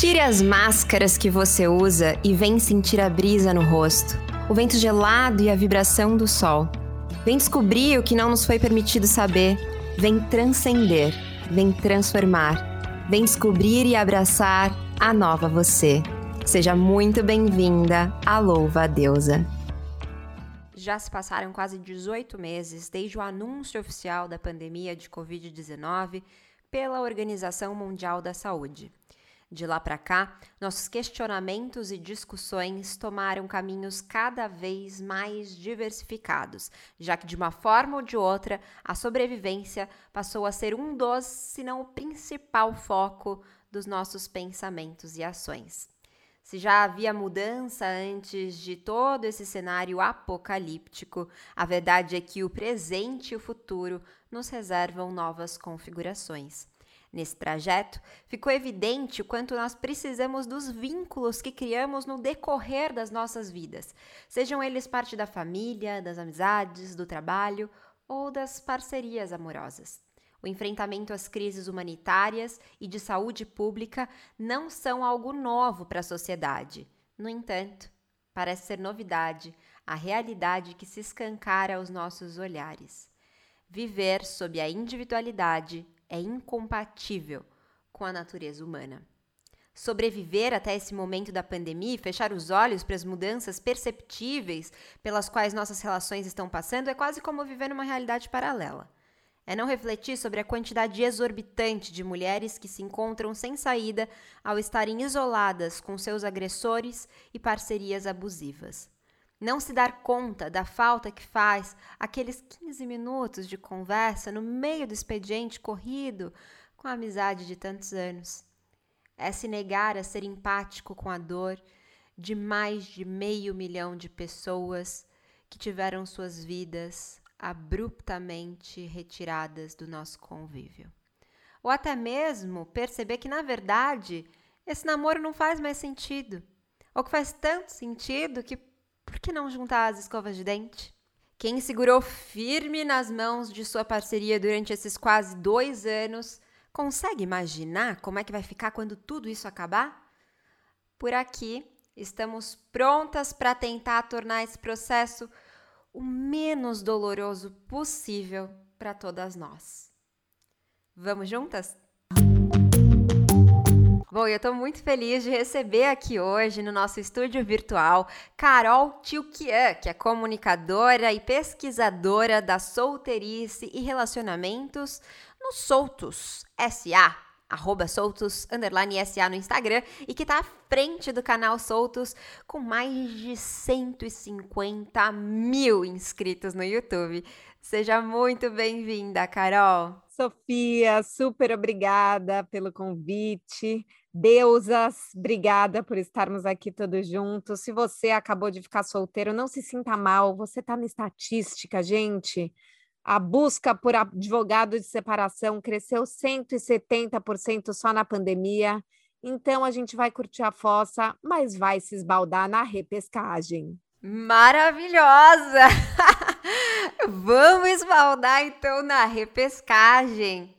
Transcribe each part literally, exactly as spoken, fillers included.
Tire as máscaras que você usa e vem sentir a brisa no rosto, o vento gelado e a vibração do sol. Vem descobrir o que não nos foi permitido saber. Vem transcender, vem transformar. Vem descobrir e abraçar a nova você. Seja muito bem-vinda à Louva a Deusa. Já se passaram quase dezoito meses desde o anúncio oficial da pandemia de covid dezenove pela Organização Mundial da Saúde. De lá para cá, nossos questionamentos e discussões tomaram caminhos cada vez mais diversificados, já que de uma forma ou de outra, a sobrevivência passou a ser um dos, se não o principal foco dos nossos pensamentos e ações. Se já havia mudança antes de todo esse cenário apocalíptico, a verdade é que o presente e o futuro nos reservam novas configurações. Nesse trajeto, ficou evidente o quanto nós precisamos dos vínculos que criamos no decorrer das nossas vidas, sejam eles parte da família, das amizades, do trabalho ou das parcerias amorosas. O enfrentamento às crises humanitárias e de saúde pública não são algo novo para a sociedade. No entanto, parece ser novidade a realidade que se escancara aos nossos olhares. Viver sob a individualidade é incompatível com a natureza humana. Sobreviver até esse momento da pandemia e fechar os olhos para as mudanças perceptíveis pelas quais nossas relações estão passando é quase como viver numa realidade paralela. É não refletir sobre a quantidade exorbitante de mulheres que se encontram sem saída ao estarem isoladas com seus agressores e parcerias abusivas. Não se dar conta da falta que faz aqueles quinze minutos de conversa no meio do expediente corrido com a amizade de tantos anos. É se negar a ser empático com a dor de mais de meio milhão de pessoas que tiveram suas vidas abruptamente retiradas do nosso convívio. Ou até mesmo perceber que, na verdade, esse namoro não faz mais sentido. Ou que faz tanto sentido que por que não juntar as escovas de dente? Quem segurou firme nas mãos de sua parceria durante esses quase dois anos, consegue imaginar como é que vai ficar quando tudo isso acabar? Por aqui, estamos prontas para tentar tornar esse processo o menos doloroso possível para todas nós. Vamos juntas? Bom, eu estou muito feliz de receber aqui hoje no nosso estúdio virtual Carol Tilquian, que é comunicadora e pesquisadora da solteirice e relacionamentos no Soltos S A, arroba Soltos, underline S A no Instagram, e que está à frente do canal Soltos com mais de cento e cinquenta mil inscritos no YouTube. Seja muito bem-vinda, Carol. Sofia, super obrigada pelo convite. Deusas, obrigada por estarmos aqui todos juntos. Se você acabou de ficar solteiro, não se sinta mal, você está na estatística, gente. A busca por advogado de separação cresceu cento e setenta por cento só na pandemia. Então, a gente vai curtir a fossa, mas vai se esbaldar na repescagem. Maravilhosa! Vamos esbaldar, então, na repescagem.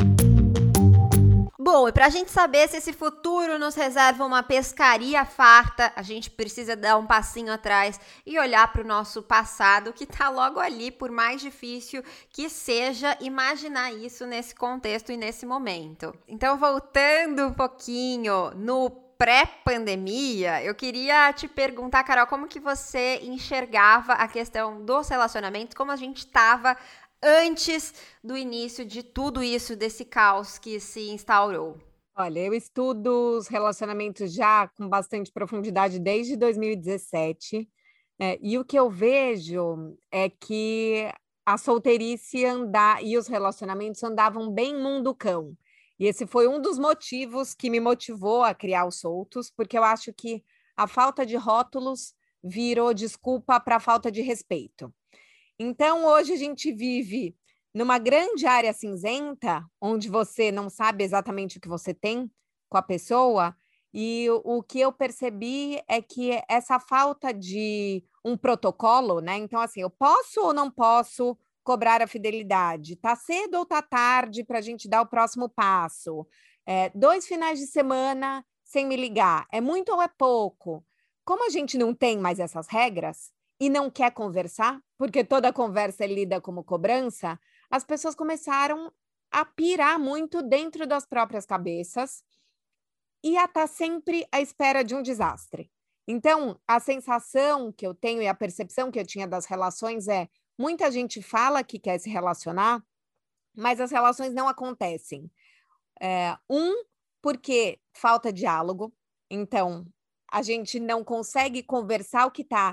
Bom, e para a gente saber se esse futuro nos reserva uma pescaria farta, a gente precisa dar um passinho atrás e olhar para o nosso passado, que está logo ali, por mais difícil que seja imaginar isso nesse contexto e nesse momento. Então, voltando um pouquinho no pré-pandemia, eu queria te perguntar, Carol, como que você enxergava a questão dos relacionamentos, como a gente estava antes do início de tudo isso, desse caos que se instaurou? Olha, eu estudo os relacionamentos já com bastante profundidade desde dois mil e dezessete, é, e o que eu vejo é que a solteirice anda, e os relacionamentos andavam bem munducão. E esse foi um dos motivos que me motivou a criar os Soltos, porque eu acho que a falta de rótulos virou desculpa para a falta de respeito. Então, hoje a gente vive numa grande área cinzenta, onde você não sabe exatamente o que você tem com a pessoa, e o, o que eu percebi é que essa falta de um protocolo, né? Então, assim, eu posso ou não posso cobrar a fidelidade? Tá cedo ou tá tarde para a gente dar o próximo passo? É, dois finais de semana sem me ligar? É muito ou é pouco? Como a gente não tem mais essas regras e não quer conversar, porque toda conversa é lida como cobrança, as pessoas começaram a pirar muito dentro das próprias cabeças e a estar sempre à espera de um desastre. Então, a sensação que eu tenho e a percepção que eu tinha das relações é: muita gente fala que quer se relacionar, mas as relações não acontecem. É, um, porque falta diálogo. Então, a gente não consegue conversar o que está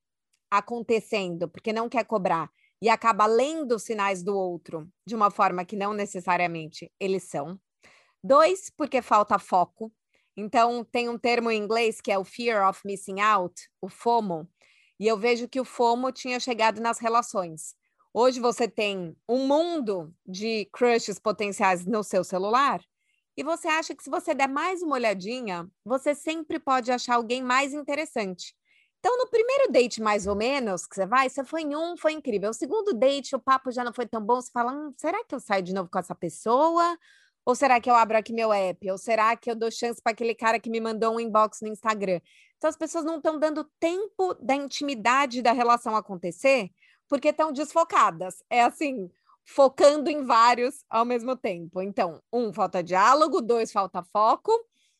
acontecendo, porque não quer cobrar, e acaba lendo os sinais do outro de uma forma que não necessariamente eles são. Dois, porque falta foco. Então, tem um termo em inglês que é o Fear of Missing Out, o FOMO, e eu vejo que o FOMO tinha chegado nas relações. Hoje você tem um mundo de crushes potenciais no seu celular, e você acha que se você der mais uma olhadinha, você sempre pode achar alguém mais interessante. Então, no primeiro date, mais ou menos, que você vai, você foi em um, foi incrível. O segundo date, o papo já não foi tão bom, você fala, hum, será que eu saio de novo com essa pessoa? Ou será que eu abro aqui meu app? Ou será que eu dou chance para aquele cara que me mandou um inbox no Instagram? Então, as pessoas não estão dando tempo da intimidade da relação acontecer, porque estão desfocadas. É assim, focando em vários ao mesmo tempo. Então, um, falta diálogo, dois, falta foco,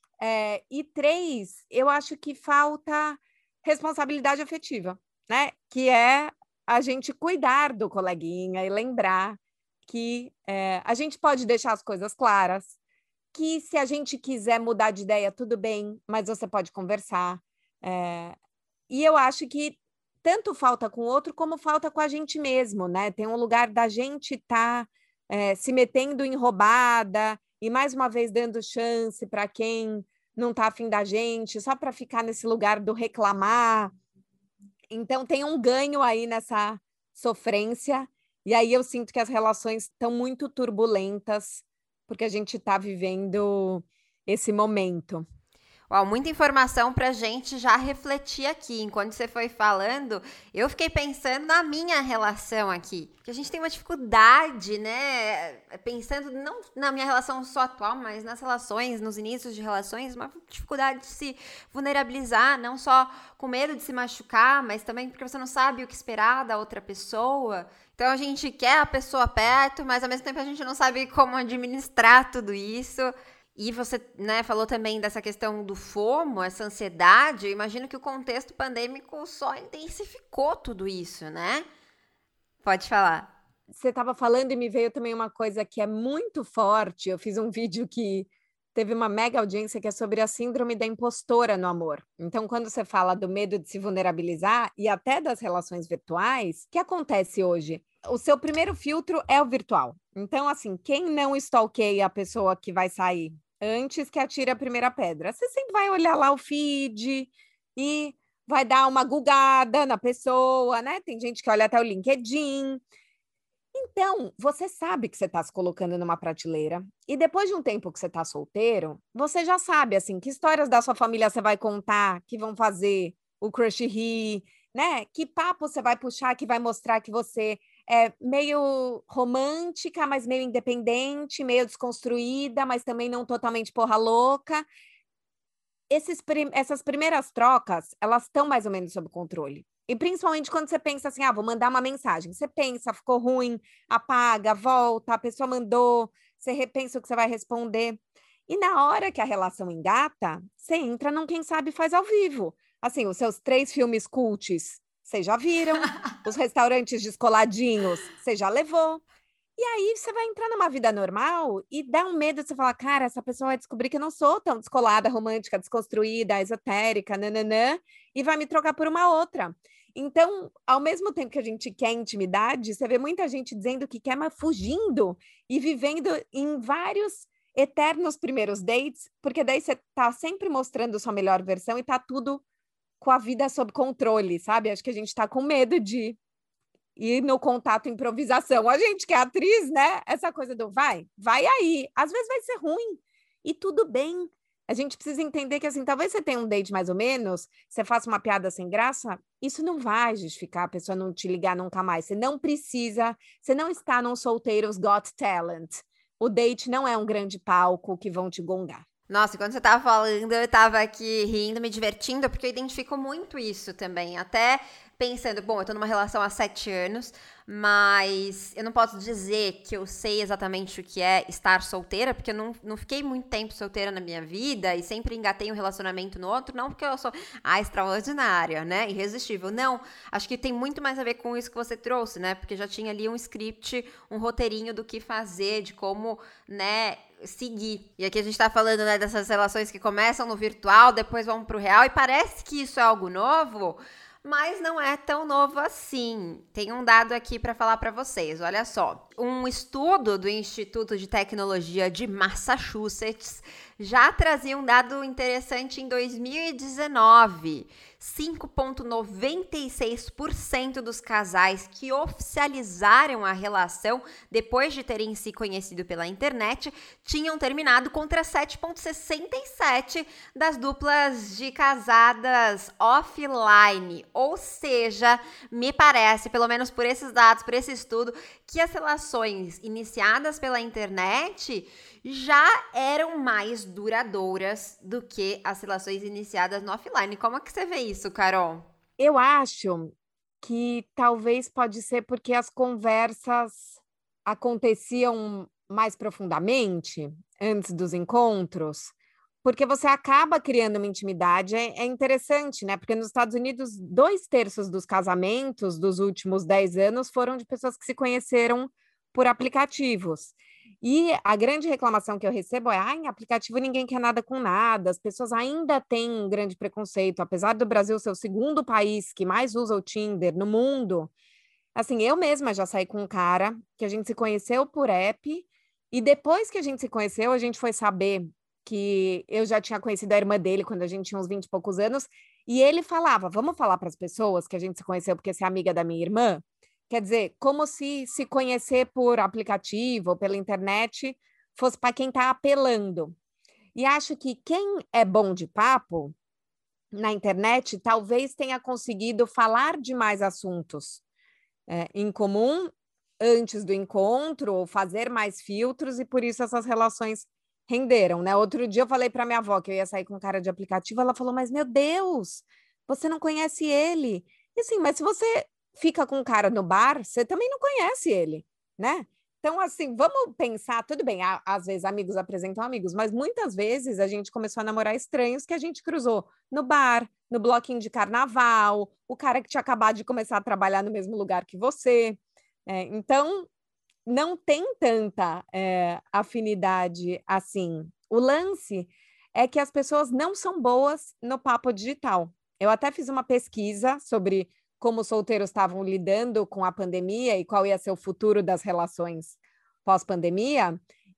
é, e três, eu acho que falta responsabilidade afetiva, né? Que é a gente cuidar do coleguinha e lembrar que é, a gente pode deixar as coisas claras, que se a gente quiser mudar de ideia, tudo bem, mas você pode conversar. É, e eu acho que tanto falta com o outro, como falta com a gente mesmo, né? Tem um lugar da gente estar tá, é, se metendo em roubada e, mais uma vez, dando chance para quem não está afim da gente, só para ficar nesse lugar do reclamar. Então, tem um ganho aí nessa sofrência, e aí eu sinto que as relações estão muito turbulentas, porque a gente está vivendo esse momento. Uau, muita informação pra gente já refletir aqui. Enquanto você foi falando, eu fiquei pensando na minha relação aqui. Porque a gente tem uma dificuldade, né? Pensando não na minha relação só atual, mas nas relações, nos inícios de relações, uma dificuldade de se vulnerabilizar, não só com medo de se machucar, mas também porque você não sabe o que esperar da outra pessoa. Então a gente quer a pessoa perto, mas ao mesmo tempo a gente não sabe como administrar tudo isso. E você, né, falou também dessa questão do FOMO, essa ansiedade. Eu imagino que o contexto pandêmico só intensificou tudo isso, né? Pode falar. Você estava falando e me veio também uma coisa que é muito forte. Eu fiz um vídeo que teve uma mega audiência que é sobre a síndrome da impostora no amor. Então, quando você fala do medo de se vulnerabilizar e até das relações virtuais, o que acontece hoje? O seu primeiro filtro é o virtual. Então, assim, quem não stalkeia a pessoa que vai sair antes que atire a primeira pedra? Você sempre vai olhar lá o feed e vai dar uma gugada na pessoa, né? Tem gente que olha até o LinkedIn. Então, você sabe que você está se colocando numa prateleira e depois de um tempo que você está solteiro, você já sabe, assim, que histórias da sua família você vai contar que vão fazer o crush rir, né? Que papo você vai puxar que vai mostrar que você é meio romântica, mas meio independente, meio desconstruída, mas também não totalmente porra louca. Esses, essas primeiras trocas, elas estão mais ou menos sob controle. E principalmente quando você pensa assim, ah, vou mandar uma mensagem. Você pensa, ficou ruim, apaga, volta, a pessoa mandou, você repensa o que você vai responder. E na hora que a relação engata, você entra num Quem Sabe Faz ao Vivo. Assim, os seus três filmes cults, vocês já viram. Os restaurantes descoladinhos, você já levou. E aí você vai entrar numa vida normal e dá um medo de você falar, cara, essa pessoa vai descobrir que eu não sou tão descolada, romântica, desconstruída, esotérica, nananã, e vai me trocar por uma outra. Então, ao mesmo tempo que a gente quer intimidade, você vê muita gente dizendo que quer, mas fugindo e vivendo em vários eternos primeiros dates, porque daí você tá sempre mostrando sua melhor versão e tá tudo com a vida sob controle, sabe? Acho que a gente tá com medo de ir no contato improvisação. A gente que é atriz, né? Essa coisa do vai, vai aí. Às vezes vai ser ruim e tudo bem. A gente precisa entender que, assim, talvez você tenha um date mais ou menos, você faça uma piada sem graça, isso não vai justificar a pessoa não te ligar nunca mais. Você não precisa, você não está num Solteiros Got Talent. O date não é um grande palco que vão te gongar. Nossa, quando você tava falando, eu tava aqui rindo, me divertindo, porque eu identifico muito isso também. Até pensando, bom, eu tô numa relação há sete anos, mas eu não posso dizer que eu sei exatamente o que é estar solteira, porque eu não, não fiquei muito tempo solteira na minha vida e sempre engatei um relacionamento no outro, não porque eu sou, ah, extraordinária, né, irresistível. Não, acho que tem muito mais a ver com isso que você trouxe, né, porque já tinha ali um script, um roteirinho do que fazer, de como, né, seguir. E aqui a gente tá falando, né, dessas relações que começam no virtual, depois vão pro real, e parece que isso é algo novo, mas não é tão novo assim. Tem um dado aqui para falar para vocês, olha só. Um estudo do Instituto de Tecnologia de Massachusetts já trazia um dado interessante em dois mil e dezenove. cinco vírgula noventa e seis por cento dos casais que oficializaram a relação depois de terem se conhecido pela internet tinham terminado, contra sete vírgula sessenta e sete por cento das duplas de casadas offline. Ou seja, me parece, pelo menos por esses dados, por esse estudo, que as relações iniciadas pela internet já eram mais duradouras do que as relações iniciadas no offline. Como é que você vê isso, Carol? Eu acho que talvez pode ser porque as conversas aconteciam mais profundamente antes dos encontros, porque você acaba criando uma intimidade. É, é interessante, né? Porque nos Estados Unidos, dois terços dos casamentos dos últimos dez anos foram de pessoas que se conheceram por aplicativos. E a grande reclamação que eu recebo é: ah, em aplicativo ninguém quer nada com nada, as pessoas ainda têm um grande preconceito, apesar do Brasil ser o segundo país que mais usa o Tinder no mundo. Assim, eu mesma já saí com um cara que a gente se conheceu por app, e depois que a gente se conheceu, a gente foi saber que eu já tinha conhecido a irmã dele quando a gente tinha uns vinte e poucos anos, e ele falava: vamos falar para as pessoas que a gente se conheceu porque você é amiga da minha irmã? Quer dizer, como se se conhecer por aplicativo ou pela internet fosse para quem está apelando. E acho que quem é bom de papo na internet talvez tenha conseguido falar de mais assuntos é, em comum antes do encontro, ou fazer mais filtros, e por isso essas relações renderam, né? Outro dia eu falei para minha avó que eu ia sair com um cara de aplicativo, ela falou: mas meu Deus, você não conhece ele. E assim, mas se você fica com um cara no bar, você também não conhece ele, né? Então, assim, vamos pensar, tudo bem, às vezes amigos apresentam amigos, mas muitas vezes a gente começou a namorar estranhos que a gente cruzou no bar, no bloquinho de carnaval, o cara que tinha acabado de começar a trabalhar no mesmo lugar que você. É, então, não tem tanta é, afinidade assim. O lance é que as pessoas não são boas no papo digital. Eu até fiz uma pesquisa sobre como os solteiros estavam lidando com a pandemia e qual ia ser o futuro das relações pós-pandemia,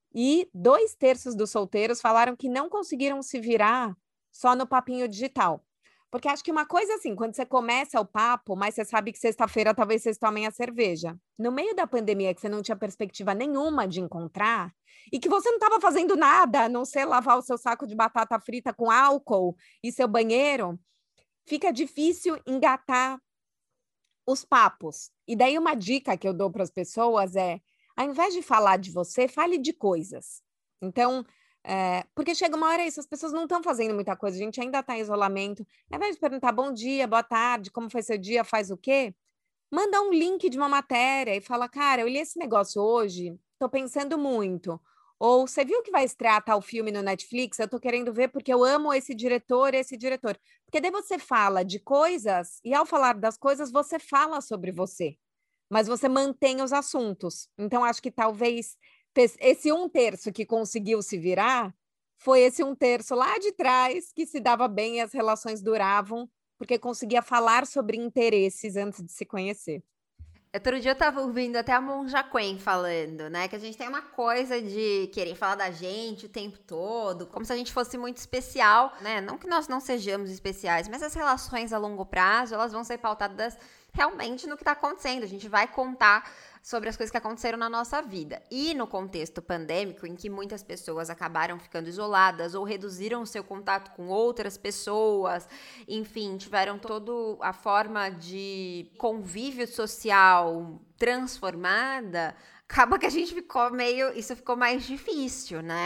e dois terços dos solteiros falaram que não conseguiram se virar só no papinho digital. Porque acho que uma coisa assim, quando você começa o papo, mas você sabe que sexta-feira talvez vocês tomem a cerveja. No meio da pandemia, que você não tinha perspectiva nenhuma de encontrar, e que você não estava fazendo nada, a não ser lavar o seu saco de batata frita com álcool e seu banheiro, fica difícil engatar os papos. E daí uma dica que eu dou para as pessoas é: ao invés de falar de você, fale de coisas. Então, é, porque chega uma hora isso, as pessoas não estão fazendo muita coisa, a gente ainda está em isolamento. Ao invés de perguntar bom dia, boa tarde, como foi seu dia, faz o quê? Manda um link de uma matéria e fala: cara, eu li esse negócio hoje, estou pensando muito. Ou você viu que vai estrear tal filme no Netflix? Eu estou querendo ver porque eu amo esse diretor, esse diretor. Porque daí você fala de coisas, e ao falar das coisas, você fala sobre você, mas você mantém os assuntos. Então, acho que talvez esse um terço que conseguiu se virar foi esse um terço lá de trás que se dava bem e as relações duravam, porque conseguia falar sobre interesses antes de se conhecer. Outro dia eu tava ouvindo até a Monja Quen falando, né? Que a gente tem uma coisa de querer falar da gente o tempo todo, como se a gente fosse muito especial, né? Não que nós não sejamos especiais, mas as relações a longo prazo, elas vão ser pautadas realmente no que tá acontecendo. A gente vai contar sobre as coisas que aconteceram na nossa vida. E no contexto pandêmico, em que muitas pessoas acabaram ficando isoladas ou reduziram o seu contato com outras pessoas, enfim, tiveram toda a forma de convívio social transformada, acaba que a gente ficou meio... Isso ficou mais difícil, né?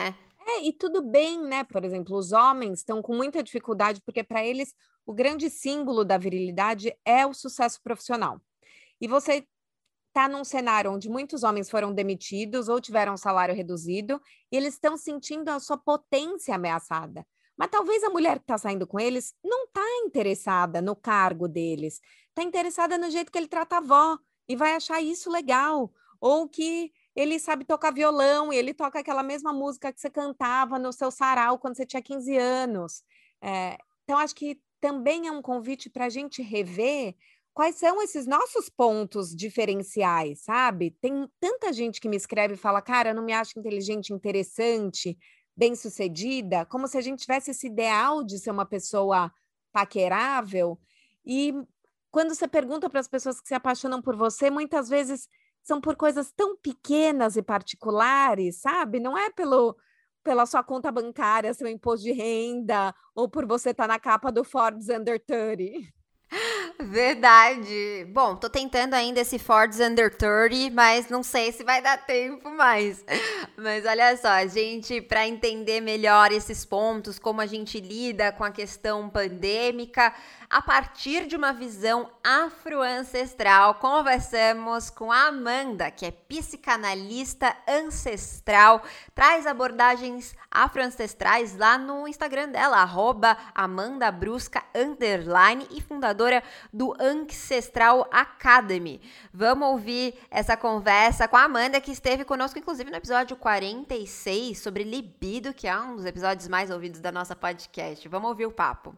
É, e tudo bem, né? Por exemplo, os homens estão com muita dificuldade, porque para eles o grande símbolo da virilidade é o sucesso profissional. E você está num cenário onde muitos homens foram demitidos ou tiveram um salário reduzido, e eles estão sentindo a sua potência ameaçada. Mas talvez a mulher que está saindo com eles não está interessada no cargo deles, está interessada no jeito que ele trata a avó e vai achar isso legal. Ou que ele sabe tocar violão e ele toca aquela mesma música que você cantava no seu sarau quando você tinha quinze anos. É, então, acho que também é um convite para a gente rever quais são esses nossos pontos diferenciais, sabe? Tem tanta gente que me escreve e fala, cara, eu não me acho inteligente, interessante, bem-sucedida, como se a gente tivesse esse ideal de ser uma pessoa paquerável. E quando você pergunta para as pessoas que se apaixonam por você, muitas vezes são por coisas tão pequenas e particulares, sabe? Não é pelo, pela sua conta bancária, seu imposto de renda, ou por você estar na capa do Forbes Under trinta. Verdade. Bom, tô tentando ainda esse Ford's Under trinta, mas não sei se vai dar tempo mais. Mas olha só, gente, para entender melhor esses pontos, como a gente lida com a questão pandêmica, a partir de uma visão afroancestral, conversamos com a Amanda, que é psicanalista ancestral, traz abordagens afroancestrais lá no Instagram dela, arroba Amanda Brusca, underline, e fundadora do Ancestral Academy. Vamos ouvir essa conversa com a Amanda, que esteve conosco, inclusive, no episódio quarenta e seis, sobre libido, que é um dos episódios mais ouvidos da nossa podcast. Vamos ouvir o papo.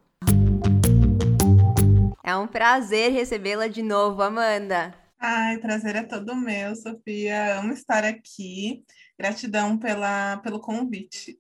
É um prazer recebê-la de novo, Amanda. Ai, o prazer é todo meu, Sofia. Amo estar aqui. Gratidão pela, pelo convite.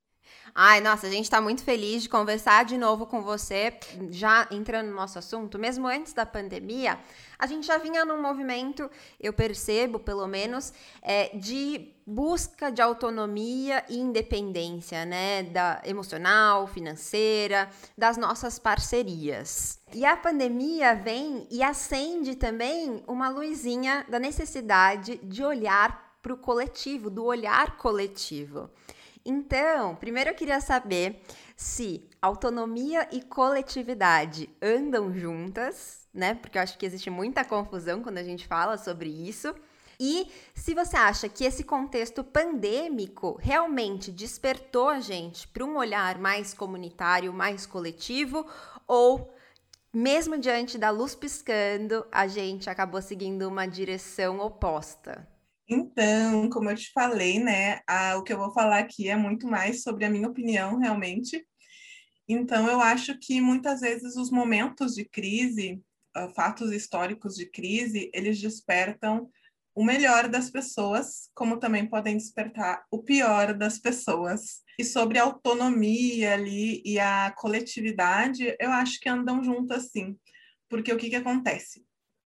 Ai, nossa, a gente tá muito feliz de conversar de novo com você. Já entrando no nosso assunto, mesmo antes da pandemia, a gente já vinha num movimento, eu percebo, pelo menos, é, de busca de autonomia e independência, né? Da emocional, financeira, das nossas parcerias. E a pandemia vem e acende também uma luzinha da necessidade de olhar para o coletivo, do olhar coletivo. Então, primeiro eu queria saber se autonomia e coletividade andam juntas, né? Porque eu acho que existe muita confusão quando a gente fala sobre isso. E se você acha que esse contexto pandêmico realmente despertou a gente para um olhar mais comunitário, mais coletivo, ou mesmo diante da luz piscando, a gente acabou seguindo uma direção oposta? Então, como eu te falei, né, a, o que eu vou falar aqui é muito mais sobre a minha opinião, realmente. Então, eu acho que muitas vezes os momentos de crise, uh, fatos históricos de crise, eles despertam o melhor das pessoas, como também podem despertar o pior das pessoas. E sobre a autonomia ali e a coletividade, eu acho que andam juntas sim. Porque o que que acontece?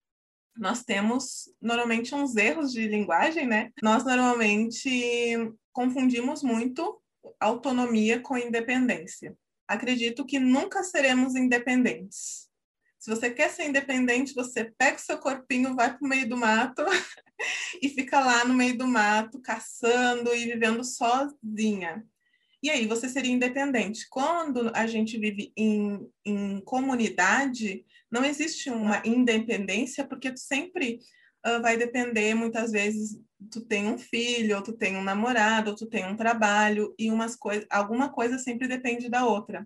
Nós temos normalmente uns erros de linguagem, né? Nós normalmente confundimos muito autonomia com independência. Acredito que nunca seremos independentes. Se você quer ser independente, você pega o seu corpinho, vai para o meio do mato e fica lá no meio do mato, caçando e vivendo sozinha. E aí você seria independente. Quando a gente vive em, em comunidade, não existe uma independência, porque tu sempre uh, vai depender, muitas vezes, tu tem um filho, ou tu tem um namorado, ou tu tem um trabalho, e umas coi- alguma coisa sempre depende da outra.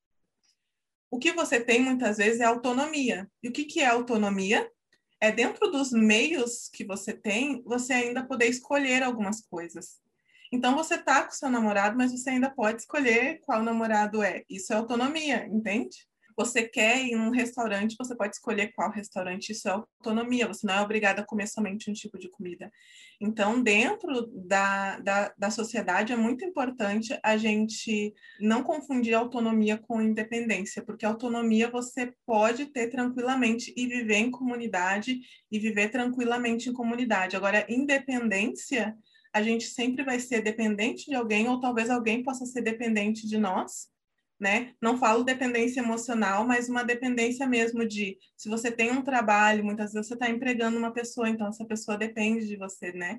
O que você tem, muitas vezes, é autonomia. E o que, que é autonomia? É dentro dos meios que você tem, você ainda poder escolher algumas coisas. Então, você tá com seu namorado, mas você ainda pode escolher qual namorado é. Isso é autonomia, entende? Você quer ir num restaurante, você pode escolher qual restaurante. Isso é autonomia. Você não é obrigada a comer somente um tipo de comida. Então, dentro da, da, da sociedade, é muito importante a gente não confundir autonomia com independência, porque autonomia você pode ter tranquilamente e viver em comunidade e viver tranquilamente em comunidade. Agora, independência, a gente sempre vai ser dependente de alguém, ou talvez alguém possa ser dependente de nós, né? Não falo dependência emocional, mas uma dependência mesmo de, se você tem um trabalho, muitas vezes você está empregando uma pessoa, então essa pessoa depende de você, né?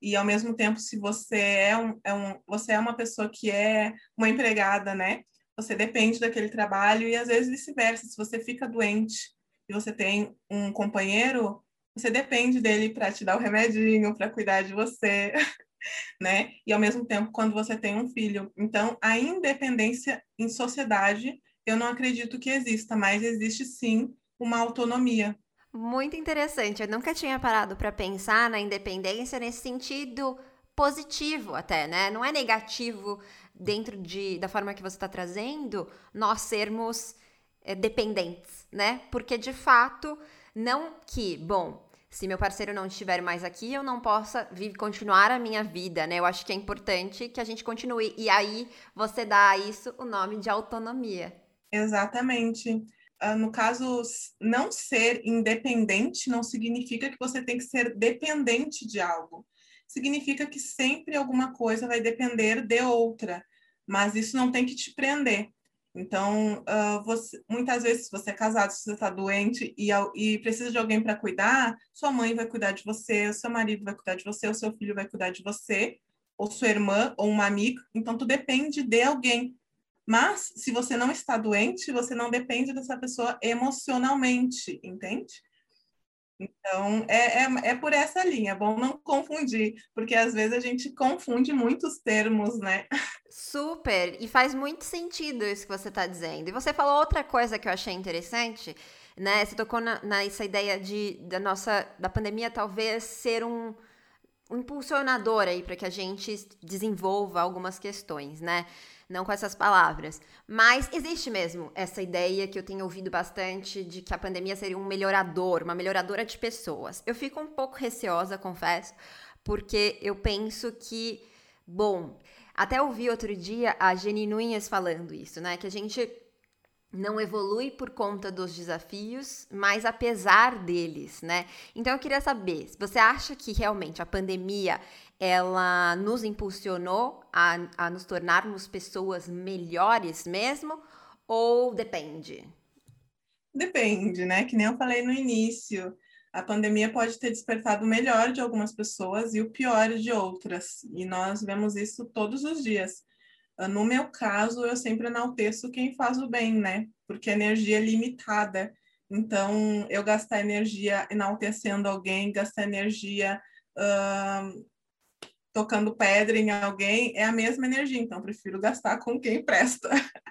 e ao mesmo tempo, se você é, um, é um, você é uma pessoa que é uma empregada, né? Você depende daquele trabalho e às vezes vice-versa. Se você fica doente e você tem um companheiro, você depende dele para te dar o remedinho, para cuidar de você, né? E ao mesmo tempo, quando você tem um filho. Então, a independência em sociedade, eu não acredito que exista, mas existe sim uma autonomia. Muito interessante. Eu nunca tinha parado para pensar na independência nesse sentido positivo até, né? Não é negativo dentro de, da forma que você está trazendo nós sermos é, dependentes, né? Porque de fato, não que, bom, se meu parceiro não estiver mais aqui, eu não possa vir, continuar a minha vida, né? Eu acho que é importante que a gente continue. E aí você dá a isso o nome de autonomia. Exatamente. Uh, no caso, não ser independente não significa que você tem que ser dependente de algo. Significa que sempre alguma coisa vai depender de outra, mas isso não tem que te prender. Então, uh, você, muitas vezes, se você é casado, se você está doente e, e precisa de alguém para cuidar, sua mãe vai cuidar de você, o seu marido vai cuidar de você, o seu filho vai cuidar de você, ou sua irmã, ou uma amiga. Então, tu depende de alguém. Mas, se você não está doente, você não depende dessa pessoa emocionalmente, entende? Então, é, é, é por essa linha, é bom não confundir, porque às vezes a gente confunde muitos termos, né? Super! E faz muito sentido isso que você está dizendo. E você falou outra coisa que eu achei interessante, né? Você tocou na, nessa ideia de, da nossa, da pandemia talvez ser um, um impulsionador aí para que a gente desenvolva algumas questões, né? Não com essas palavras. Mas existe mesmo essa ideia que eu tenho ouvido bastante de que a pandemia seria um melhorador, uma melhoradora de pessoas. Eu fico um pouco receosa, confesso, porque eu penso que, bom, até ouvi outro dia a Jenny Nunes falando isso, né? Que a gente não evolui por conta dos desafios, mas apesar deles, né? Então eu queria saber, se você acha que realmente a pandemia ela nos impulsionou a, a nos tornarmos pessoas melhores mesmo, ou depende? Depende, né? Que nem eu falei no início, a pandemia pode ter despertado o melhor de algumas pessoas e o pior de outras, e nós vemos isso todos os dias. No meu caso, eu sempre enalteço quem faz o bem, né? Porque a energia é limitada. Então, eu gastar energia enaltecendo alguém, gastar energia uh, tocando pedra em alguém, é a mesma energia. Então, eu prefiro gastar com quem presta,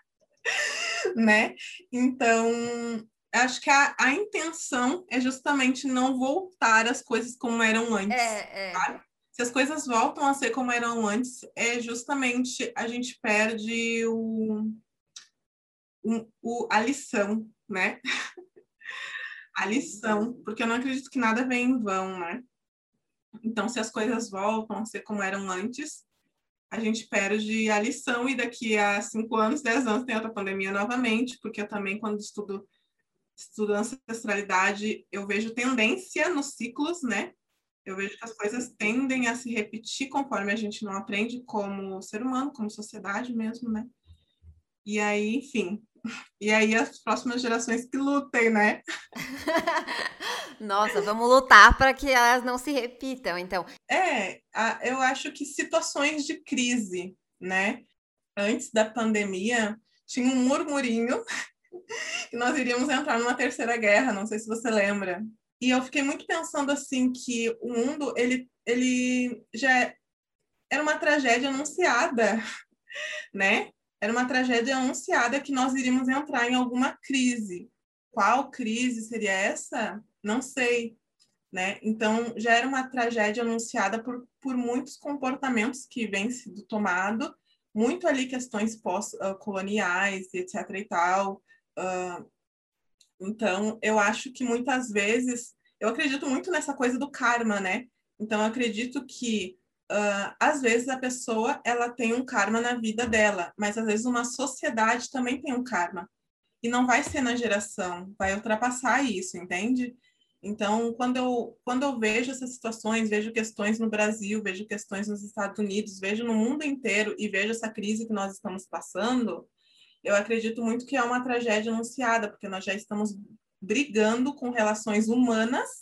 né? Então, acho que a, a intenção é justamente não voltar às coisas como eram antes, É, é. sabe? Se as coisas voltam a ser como eram antes, é justamente a gente perde o, o, o, a lição, né? A lição, porque eu não acredito que nada vem em vão, né? Então, se as coisas voltam a ser como eram antes, a gente perde a lição e daqui a cinco anos, dez anos tem outra pandemia novamente, porque eu também, quando estudo, estudo ancestralidade, eu vejo tendência nos ciclos, né? Eu vejo que as coisas tendem a se repetir conforme a gente não aprende como ser humano, como sociedade mesmo, né? E aí, enfim. E aí as próximas gerações que lutem, né? Nossa, vamos lutar para que elas não se repitam, então. É, eu acho que situações de crise, né? Antes da pandemia, tinha um murmurinho que nós iríamos entrar numa terceira guerra, não sei se você lembra. E eu fiquei muito pensando assim que o mundo ele, ele já era uma tragédia anunciada, né? Era uma tragédia anunciada que nós iríamos entrar em alguma crise. Qual crise seria essa? Não sei, né? Então já era uma tragédia anunciada por, por muitos comportamentos que vêm sendo tomados, muito ali questões pós-coloniais, etc e tal. Uh, Então, eu acho que muitas vezes, eu acredito muito nessa coisa do karma, né? Então, eu acredito que, uh, às vezes, a pessoa, ela tem um karma na vida dela, mas, às vezes, uma sociedade também tem um karma. E não vai ser na geração, vai ultrapassar isso, entende? Então, quando eu, quando eu vejo essas situações, vejo questões no Brasil, vejo questões nos Estados Unidos, vejo no mundo inteiro e vejo essa crise que nós estamos passando, eu acredito muito que é uma tragédia anunciada, porque nós já estamos brigando com relações humanas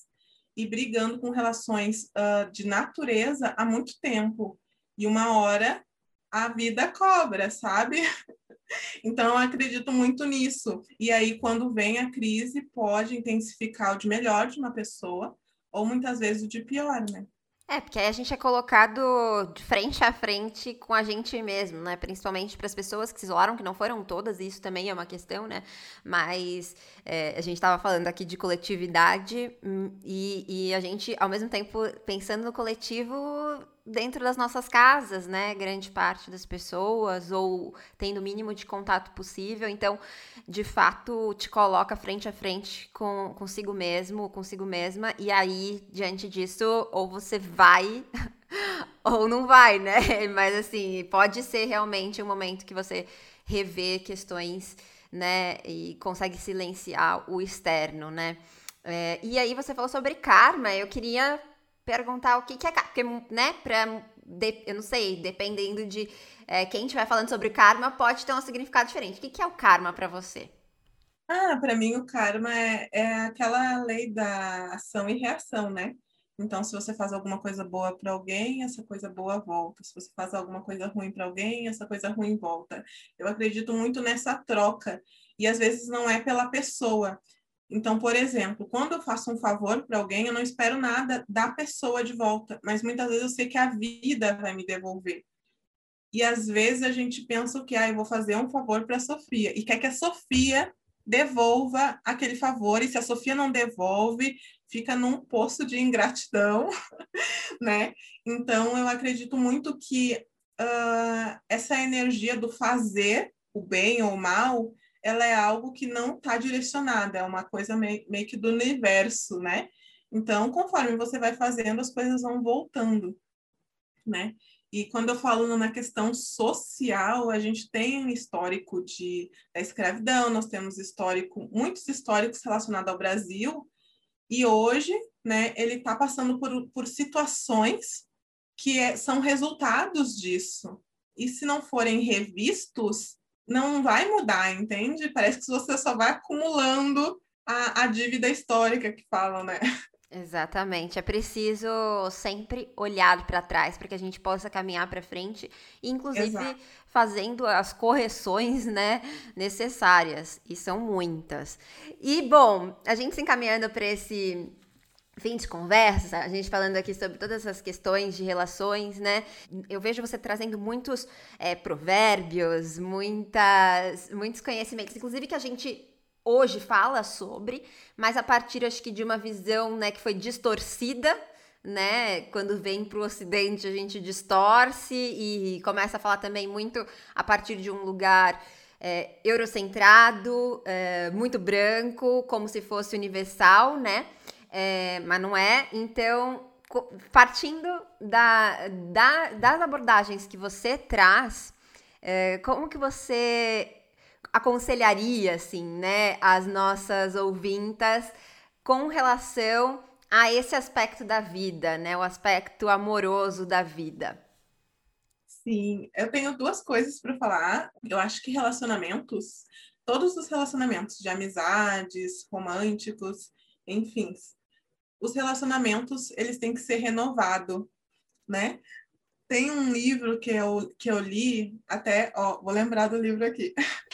e brigando com relações uh, de natureza há muito tempo. E uma hora a vida cobra, sabe? Então, eu acredito muito nisso. E aí, quando vem a crise, pode intensificar o de melhor de uma pessoa, ou muitas vezes o de pior, né? É, porque aí a gente é colocado de frente a frente com a gente mesmo, né? Principalmente para as pessoas que se isolaram, que não foram todas, e isso também é uma questão, né? Mas é, a gente estava falando aqui de coletividade e, e a gente, ao mesmo tempo, pensando no coletivo dentro das nossas casas, né? Grande parte das pessoas, ou tendo o mínimo de contato possível. Então, de fato, te coloca frente a frente com consigo mesmo, consigo mesma. E aí, diante disso, ou você vai ou não vai, né? Mas, assim, pode ser realmente um momento que você revê questões, né? E consegue silenciar o externo, né? É, e aí, você falou sobre karma. Eu queria perguntar o que, que é karma, porque, né, pra, de, eu não sei, dependendo de é, quem estiver falando sobre karma, pode ter um significado diferente. O que, que é o karma para você? Ah, para mim o karma é, é aquela lei da ação e reação, né? Então, se você faz alguma coisa boa para alguém, essa coisa boa volta. Se você faz alguma coisa ruim para alguém, essa coisa ruim volta. Eu acredito muito nessa troca. E às vezes não é pela pessoa. Então, por exemplo, quando eu faço um favor para alguém, eu não espero nada da pessoa de volta, mas muitas vezes eu sei que a vida vai me devolver. E às vezes a gente pensa que ah, eu vou fazer um favor para a Sofia e quer que a Sofia devolva aquele favor, e se a Sofia não devolve, fica num poço de ingratidão, né? Então, eu acredito muito que uh, essa energia do fazer o bem ou o mal, ela é algo que não está direcionada, é uma coisa meio, meio que do universo, né? Então, conforme você vai fazendo, as coisas vão voltando, né? E quando eu falo na questão social, a gente tem um histórico de, da escravidão, nós temos histórico, muitos históricos relacionados ao Brasil, e hoje, né, ele está passando por, por situações que é, são resultados disso. E se não forem revistos, não vai mudar, entende? Parece que você só vai acumulando a, a dívida histórica que falam, né? Exatamente, é preciso sempre olhar para trás para que a gente possa caminhar para frente, inclusive Exato. fazendo as correções, né, necessárias, e são muitas. E bom, a gente se encaminhando para esse fim de conversa, a gente falando aqui sobre todas essas questões de relações, né? Eu vejo você trazendo muitos é, provérbios, muitas, muitos conhecimentos, inclusive que a gente hoje fala sobre, mas a partir, acho que, de uma visão, né, que foi distorcida, né, quando vem para o Ocidente a gente distorce e começa a falar também muito a partir de um lugar é, eurocentrado, é, muito branco, como se fosse universal, né, é, mas não é. Então, partindo da, da, das abordagens que você traz, é, como que você aconselharia, assim, né, as nossas ouvintas com relação a esse aspecto da vida, né, o aspecto amoroso da vida? Sim, eu tenho duas coisas para falar. Eu acho que relacionamentos, todos os relacionamentos de amizades, românticos, enfim, os relacionamentos, eles têm que ser renovados, né? Tem um livro que eu, que eu li, até, ó, vou lembrar do livro aqui.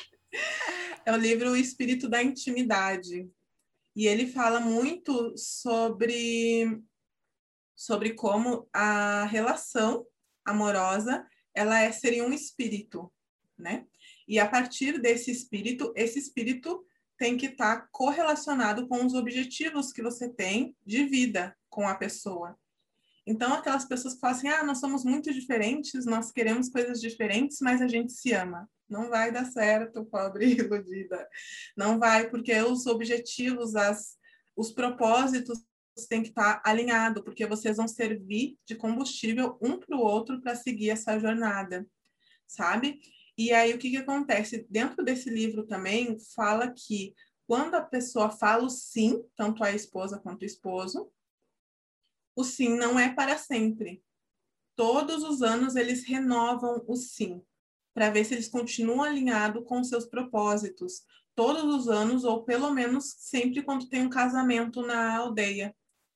É o livro O Espírito da Intimidade. E ele fala muito sobre, sobre como a relação amorosa, ela é, seria um espírito, né? E a partir desse espírito, esse espírito tem que estar correlacionado com os objetivos que você tem de vida com a pessoa. Então, aquelas pessoas que falam assim, ah, nós somos muito diferentes, nós queremos coisas diferentes, mas a gente se ama. Não vai dar certo, pobre iludida. Não vai, porque os objetivos, as, os propósitos têm que estar alinhados, porque vocês vão servir de combustível um para o outro para seguir essa jornada, sabe? E aí, o que, que acontece? Dentro desse livro também, fala que quando a pessoa fala o sim, tanto a esposa quanto o esposo, o sim não é para sempre. Todos os anos eles renovam o sim, para ver se eles continuam alinhados com seus propósitos. Todos os anos, ou pelo menos sempre quando tem um casamento na aldeia.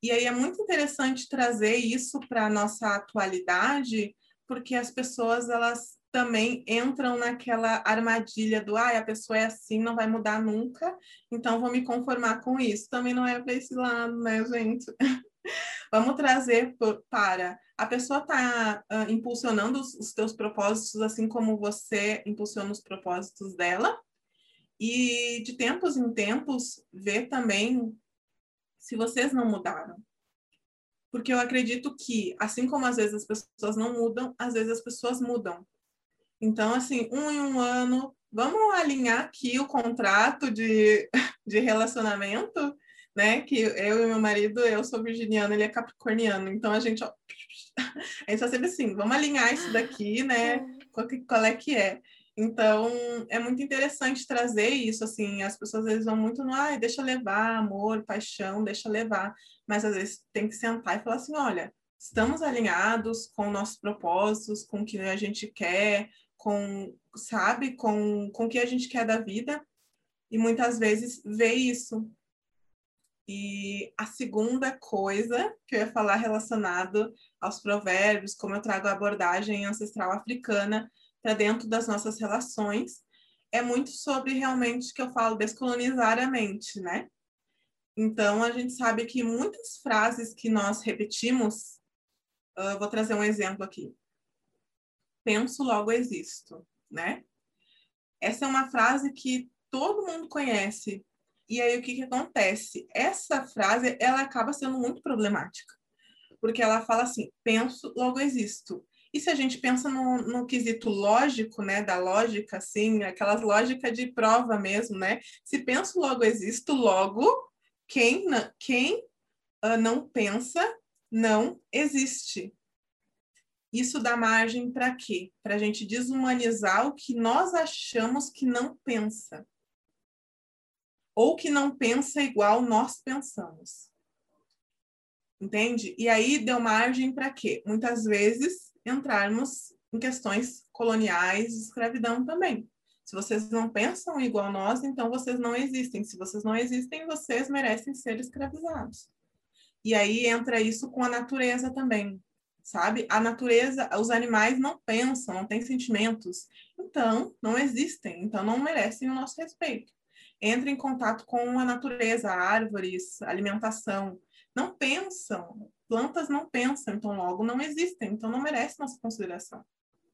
E aí é muito interessante trazer isso para a nossa atualidade, porque as pessoas, elas também entram naquela armadilha do, ah, a pessoa é assim, não vai mudar nunca, então vou me conformar com isso. Também não é para esse lado, né, gente? Vamos trazer para... A pessoa está uh, impulsionando os, os teus propósitos, assim como você impulsiona os propósitos dela. E de tempos em tempos, ver também se vocês não mudaram. Porque eu acredito que, assim como às vezes as pessoas não mudam, às vezes as pessoas mudam. Então, assim, um em um ano, vamos alinhar aqui o contrato de, de relacionamento, né? Que eu e meu marido, eu sou virginiana, ele é capricorniano. Então, a gente, ó, a gente tá sempre assim, vamos alinhar isso daqui, né? Qual, qual é que é? Então, é muito interessante trazer isso, assim, as pessoas às vezes vão muito no, ai, deixa levar, amor, paixão, deixa levar. Mas às vezes tem que sentar e falar assim, olha, estamos alinhados com nossos propósitos, com o que a gente quer, com, sabe, com, com o que a gente quer da vida, e muitas vezes ver isso. E a segunda coisa que eu ia falar relacionado aos provérbios, como eu trago a abordagem ancestral africana para dentro das nossas relações, é muito sobre realmente que eu falo descolonizar a mente, né? Então, a gente sabe que muitas frases que nós repetimos, uh, vou trazer um exemplo aqui. Penso, logo existo, né? Essa é uma frase que todo mundo conhece. E aí, o que que acontece? Essa frase, ela acaba sendo muito problemática. Porque ela fala assim, penso, logo existo. E se a gente pensa no, no quesito lógico, né? Da lógica, assim, aquelas lógicas de prova mesmo, né? Se penso, logo existo, logo, quem, quem uh, não pensa, não existe. Isso dá margem para quê? Para a gente desumanizar o que nós achamos que não pensa. Ou que não pensa igual nós pensamos. Entende? E aí deu margem para quê? Muitas vezes entrarmos em questões coloniais, escravidão também. Se vocês não pensam igual nós, então vocês não existem. Se vocês não existem, vocês merecem ser escravizados. E aí entra isso com a natureza também. Sabe? A natureza, os animais não pensam, não têm sentimentos, então não existem, então não merecem o nosso respeito. Entra em contato com a natureza, árvores, alimentação, não pensam, plantas não pensam, então logo não existem, então não merecem nossa consideração.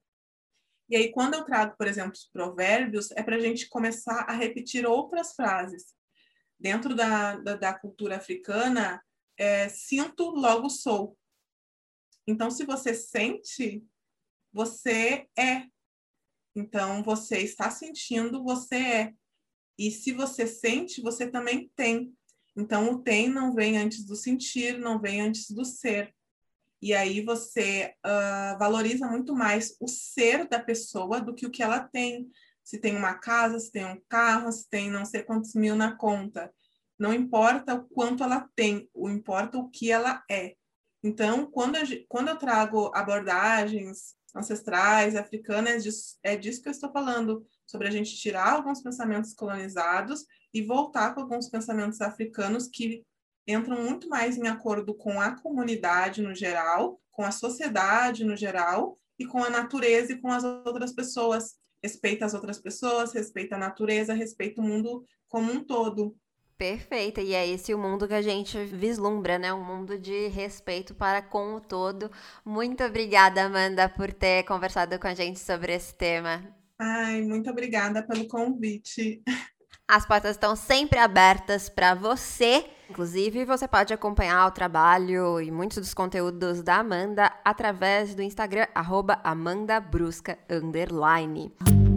E aí quando eu trago, por exemplo, os provérbios, é para a gente começar a repetir outras frases. Dentro da, da, da cultura africana, é, sinto, logo sou. Então, se você sente, você é. Então, você está sentindo, você é. E se você sente, você também tem. Então, o tem não vem antes do sentir, não vem antes do ser. E aí você uh, valoriza muito mais o ser da pessoa do que o que ela tem. Se tem uma casa, se tem um carro, se tem não sei quantos mil na conta. Não importa o quanto ela tem, o importa o que ela é. Então, quando eu, quando eu trago abordagens ancestrais, africanas, é disso, é disso que eu estou falando, sobre a gente tirar alguns pensamentos colonizados e voltar com alguns pensamentos africanos que entram muito mais em acordo com a comunidade no geral, com a sociedade no geral e com a natureza e com as outras pessoas. Respeita as outras pessoas, respeita a natureza, respeita o mundo como um todo. Perfeito, e é esse o mundo que a gente vislumbra, né? Um mundo de respeito para com o todo. Muito obrigada, Amanda, por ter conversado com a gente sobre esse tema. Ai, muito obrigada pelo convite. As portas estão sempre abertas para você. Inclusive, você pode acompanhar o trabalho e muitos dos conteúdos da Amanda através do Instagram, arroba amandabrusca, underline.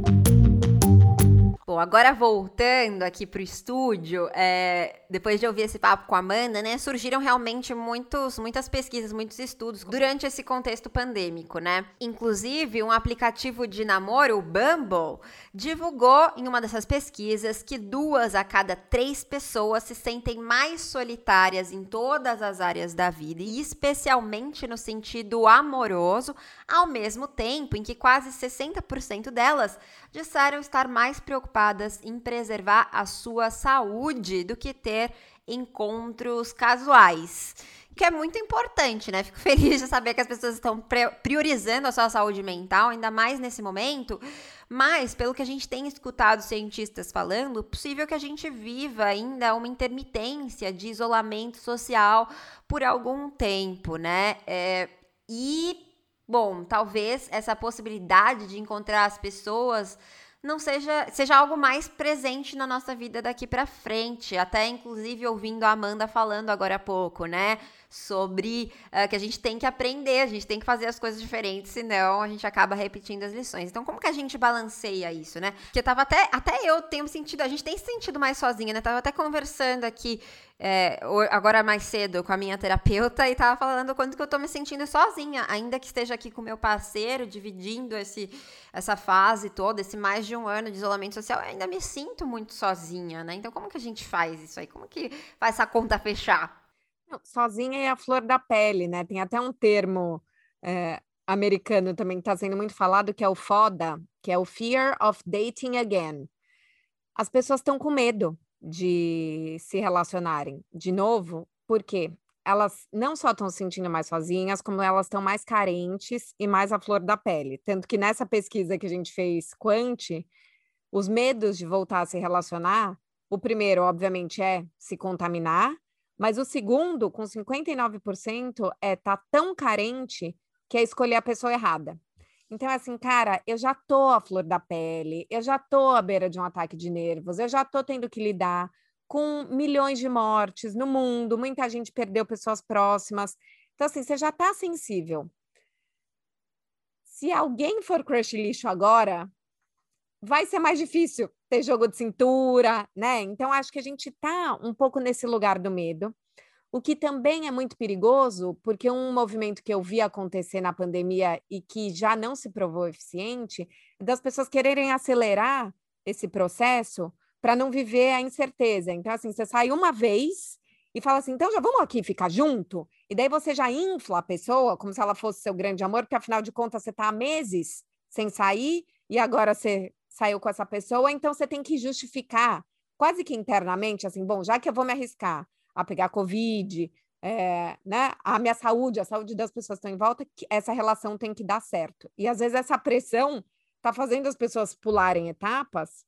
Bom, agora voltando aqui pro estúdio, é, depois de ouvir esse papo com a Amanda, né, surgiram realmente muitos, muitas pesquisas, muitos estudos durante esse contexto pandêmico, né? Inclusive, um aplicativo de namoro, o Bumble, divulgou em uma dessas pesquisas que duas a cada três pessoas se sentem mais solitárias em todas as áreas da vida, e especialmente no sentido amoroso, ao mesmo tempo em que quase sessenta por cento delas disseram estar mais preocupadas em preservar a sua saúde do que ter ter encontros casuais, que é muito importante, né? Fico feliz de saber que as pessoas estão priorizando a sua saúde mental, ainda mais nesse momento. Mas, pelo que a gente tem escutado cientistas falando, é possível que a gente viva ainda uma intermitência de isolamento social por algum tempo, né? É, e, bom, talvez essa possibilidade de encontrar as pessoas não seja, seja algo mais presente na nossa vida daqui para frente, até inclusive ouvindo a Amanda falando agora há pouco, né, sobre uh, que a gente tem que aprender, a gente tem que fazer as coisas diferentes, senão a gente acaba repetindo as lições. Então, como que a gente balanceia isso, né? Porque eu tava até, até eu tenho sentido, a gente tem se sentido mais sozinha, né? Tava até conversando aqui É, agora mais cedo com a minha terapeuta e tava falando o quanto que eu tô me sentindo sozinha, ainda que esteja aqui com o meu parceiro, dividindo esse, essa fase toda, esse mais de um ano de isolamento social, eu ainda me sinto muito sozinha, né? Então, como que a gente faz isso aí? Como que faz essa conta fechar? Não, sozinha é a flor da pele, né? Tem até um termo é, americano também que tá sendo muito falado, que é o FODA, que é o Fear of Dating Again. As pessoas estão com medo de se relacionarem de novo, porque elas não só estão se sentindo mais sozinhas, como elas estão mais carentes e mais à flor da pele. Tanto que nessa pesquisa que a gente fez, Quant, os medos de voltar a se relacionar, o primeiro, obviamente, é se contaminar, mas o segundo, com cinquenta e nove por cento, é estar tá tão carente que é escolher a pessoa errada. Então, assim, cara, eu já tô à flor da pele, eu já tô à beira de um ataque de nervos, eu já tô tendo que lidar com milhões de mortes no mundo, muita gente perdeu pessoas próximas. Então, assim, você já tá sensível. Se alguém for crush lixo agora, vai ser mais difícil ter jogo de cintura, né? Então, acho que a gente tá um pouco nesse lugar do medo. O que também é muito perigoso, porque um movimento que eu vi acontecer na pandemia e que já não se provou eficiente, é das pessoas quererem acelerar esse processo para não viver a incerteza. Então, assim, você sai uma vez e fala assim, então já vamos aqui ficar junto? E daí você já infla a pessoa como se ela fosse seu grande amor, porque afinal de contas você está há meses sem sair e agora você saiu com essa pessoa, então você tem que justificar, quase que internamente, assim, bom, já que eu vou me arriscar a pegar Covid, é, né? A minha saúde, a saúde das pessoas que estão em volta, que essa relação tem que dar certo. E às vezes essa pressão está fazendo as pessoas pularem etapas,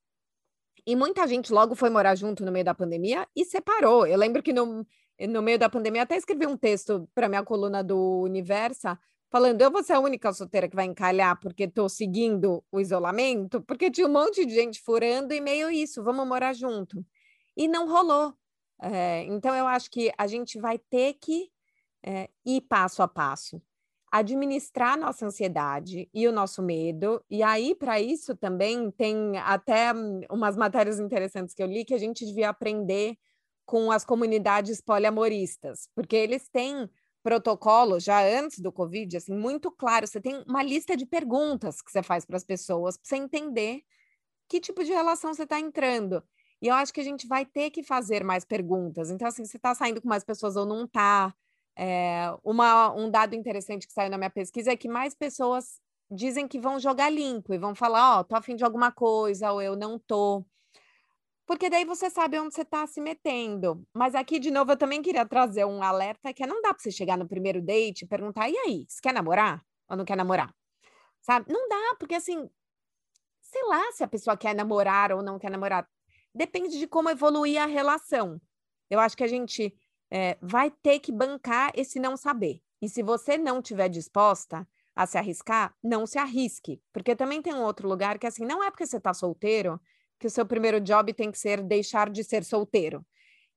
e muita gente logo foi morar junto no meio da pandemia e separou. Eu lembro que no, no meio da pandemia até escrevi um texto para minha coluna do Universa, falando, eu vou ser a única solteira que vai encalhar porque estou seguindo o isolamento, porque tinha um monte de gente furando e meio isso, vamos morar junto. E não rolou. É, então, eu acho que a gente vai ter que é, ir passo a passo, administrar nossa ansiedade e o nosso medo, e aí, para isso, também tem até umas matérias interessantes que eu li que a gente devia aprender com as comunidades poliamoristas, porque eles têm protocolo já antes do Covid, assim, muito claro, você tem uma lista de perguntas que você faz para as pessoas, para você entender que tipo de relação você está entrando. E eu acho que a gente vai ter que fazer mais perguntas. Então, assim, você está saindo com mais pessoas ou não está? É, uma, um dado interessante que saiu na minha pesquisa é que mais pessoas dizem que vão jogar limpo e vão falar, ó, oh, tô a fim de alguma coisa ou eu não tô. Porque daí você sabe onde você está se metendo. Mas aqui, de novo, eu também queria trazer um alerta que é, não dá para você chegar no primeiro date e perguntar, e aí, você quer namorar ou não quer namorar? Sabe? Não dá, porque assim, sei lá se a pessoa quer namorar ou não quer namorar. Depende de como evoluir a relação. Eu acho que a gente é, vai ter que bancar esse não saber. E se você não estiver disposta a se arriscar, não se arrisque. Porque também tem um outro lugar que, assim, não é porque você está solteiro que o seu primeiro job tem que ser deixar de ser solteiro.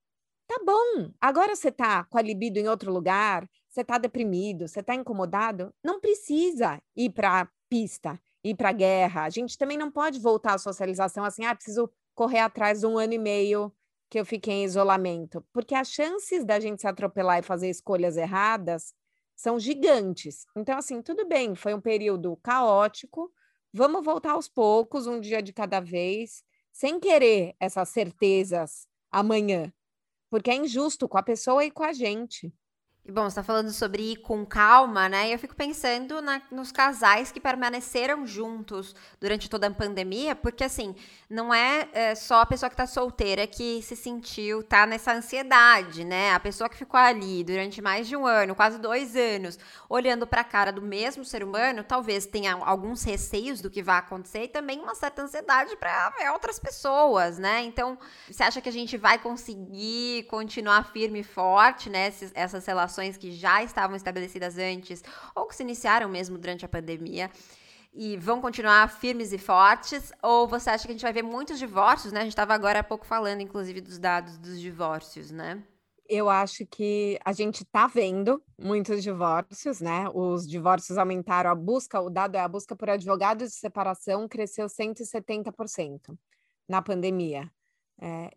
Tá bom, agora você está com a libido em outro lugar, você está deprimido, você está incomodado, não precisa ir para a pista, ir para a guerra. A gente também não pode voltar à socialização assim, ah, preciso correr atrás de um ano e meio que eu fiquei em isolamento, porque as chances da gente se atropelar e fazer escolhas erradas são gigantes. Então, assim, tudo bem, foi um período caótico, vamos voltar aos poucos, um dia de cada vez, sem querer essas certezas amanhã, porque é injusto com a pessoa e com a gente. E bom, você está falando sobre ir com calma, né? E eu fico pensando na, nos casais que permaneceram juntos durante toda a pandemia, porque assim, não é, é só a pessoa que está solteira que se sentiu, tá nessa ansiedade, né? A pessoa que ficou ali durante mais de um ano, quase dois anos, olhando para a cara do mesmo ser humano, talvez tenha alguns receios do que vai acontecer e também uma certa ansiedade para ver outras pessoas, né? Então, você acha que a gente vai conseguir continuar firme e forte, né? Essas, essas relações que já estavam estabelecidas antes ou que se iniciaram mesmo durante a pandemia e vão continuar firmes e fortes? Ou você acha que a gente vai ver muitos divórcios, né? A gente estava agora há pouco falando, inclusive, dos dados dos divórcios, né? Eu acho que a gente está vendo muitos divórcios, né? Os divórcios aumentaram, a busca, o dado é a busca por advogados de separação cresceu cento e setenta por cento na pandemia. É,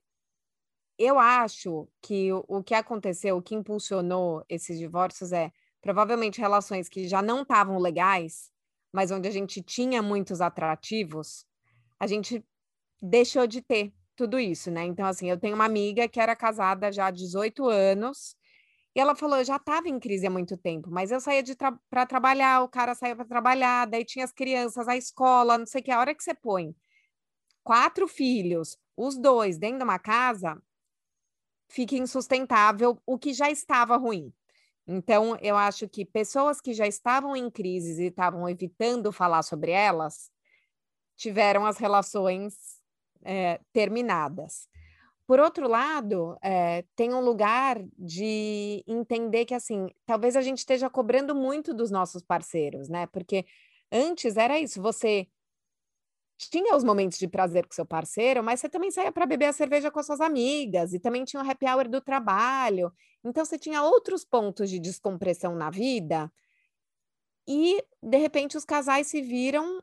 eu acho que o, o que aconteceu, o que impulsionou esses divórcios é provavelmente relações que já não estavam legais, mas onde a gente tinha muitos atrativos, a gente deixou de ter tudo isso, né? Então, assim, eu tenho uma amiga que era casada já há dezoito anos, e ela falou: eu já estava em crise há muito tempo, mas eu saía tra para trabalhar, o cara saía para trabalhar, daí tinha as crianças, a escola, não sei o que. A hora que você põe quatro filhos, os dois dentro de uma casa, fica insustentável o que já estava ruim. Então, eu acho que pessoas que já estavam em crises e estavam evitando falar sobre elas, tiveram as relações é, terminadas. Por outro lado, é, tem um lugar de entender que, assim, talvez a gente esteja cobrando muito dos nossos parceiros, né? Porque antes era isso, você tinha os momentos de prazer com seu parceiro, mas você também saía para beber a cerveja com as suas amigas, e também tinha o happy hour do trabalho. Então, você tinha outros pontos de descompressão na vida, e, de repente, os casais se viram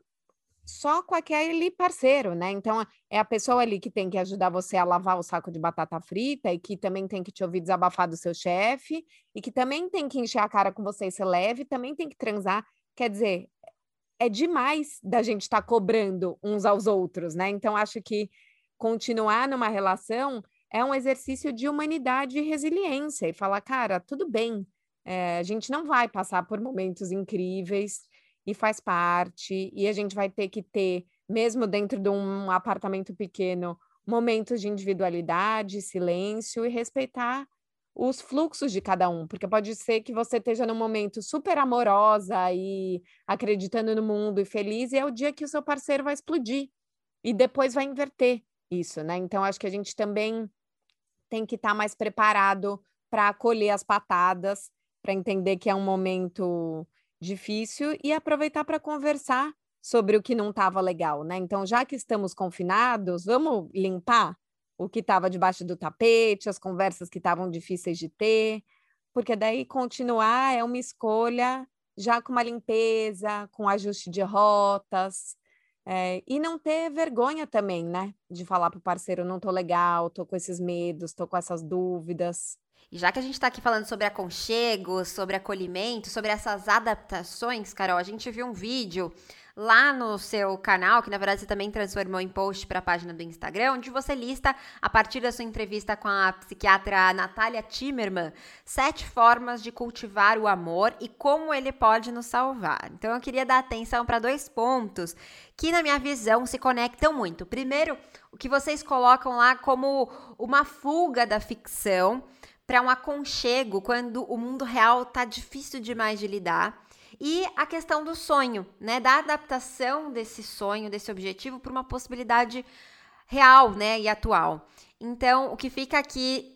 só com aquele parceiro, né? Então, é a pessoa ali que tem que ajudar você a lavar o saco de batata frita e que também tem que te ouvir desabafar do seu chefe e que também tem que encher a cara com você e ser leve, também tem que transar. Quer dizer, é demais da gente estar cobrando uns aos outros, né? Então, acho que continuar numa relação é um exercício de humanidade e resiliência e falar, cara, tudo bem, é, a gente não vai passar por momentos incríveis e faz parte, e a gente vai ter que ter, mesmo dentro de um apartamento pequeno, momentos de individualidade, silêncio e respeitar os fluxos de cada um, porque pode ser que você esteja num momento super amorosa e acreditando no mundo e feliz, e é o dia que o seu parceiro vai explodir e depois vai inverter isso, né? Então, acho que a gente também tem que estar mais preparado para acolher as patadas, para entender que é um momento difícil e aproveitar para conversar sobre o que não estava legal, né? Então, já que estamos confinados, vamos limpar o que estava debaixo do tapete, as conversas que estavam difíceis de ter, porque daí continuar é uma escolha já com uma limpeza, com ajuste de rotas, é, e não ter vergonha também, né? De falar para o parceiro, não tô legal, tô com esses medos, tô com essas dúvidas. E já que a gente está aqui falando sobre aconchego, sobre acolhimento, sobre essas adaptações, Carol, a gente viu um vídeo lá no seu canal, que na verdade você também transformou em post para a página do Instagram, onde você lista, a partir da sua entrevista com a psiquiatra Natália Timmerman, sete formas de cultivar o amor e como ele pode nos salvar. Então eu queria dar atenção para dois pontos que, na minha visão, se conectam muito. Primeiro, o que vocês colocam lá como uma fuga da ficção para um aconchego quando o mundo real tá difícil demais de lidar. E a questão do sonho, né? Da adaptação desse sonho, desse objetivo para uma possibilidade real, né? E atual. Então, o que fica aqui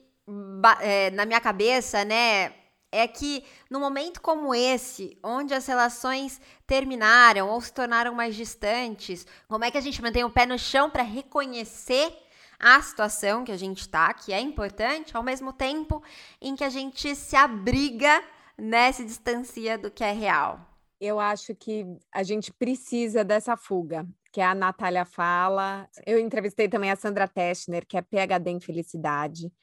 é, na minha cabeça, né? É que num momento como esse, onde as relações terminaram ou se tornaram mais distantes, como é que a gente mantém o pé no chão para reconhecer a situação que a gente tá, que é importante, ao mesmo tempo em que a gente se abriga, né, se distancia do que é real? Eu acho que a gente precisa dessa fuga, que a Natália fala. Eu entrevistei também a Sandra Teschner, que é P H D em felicidade,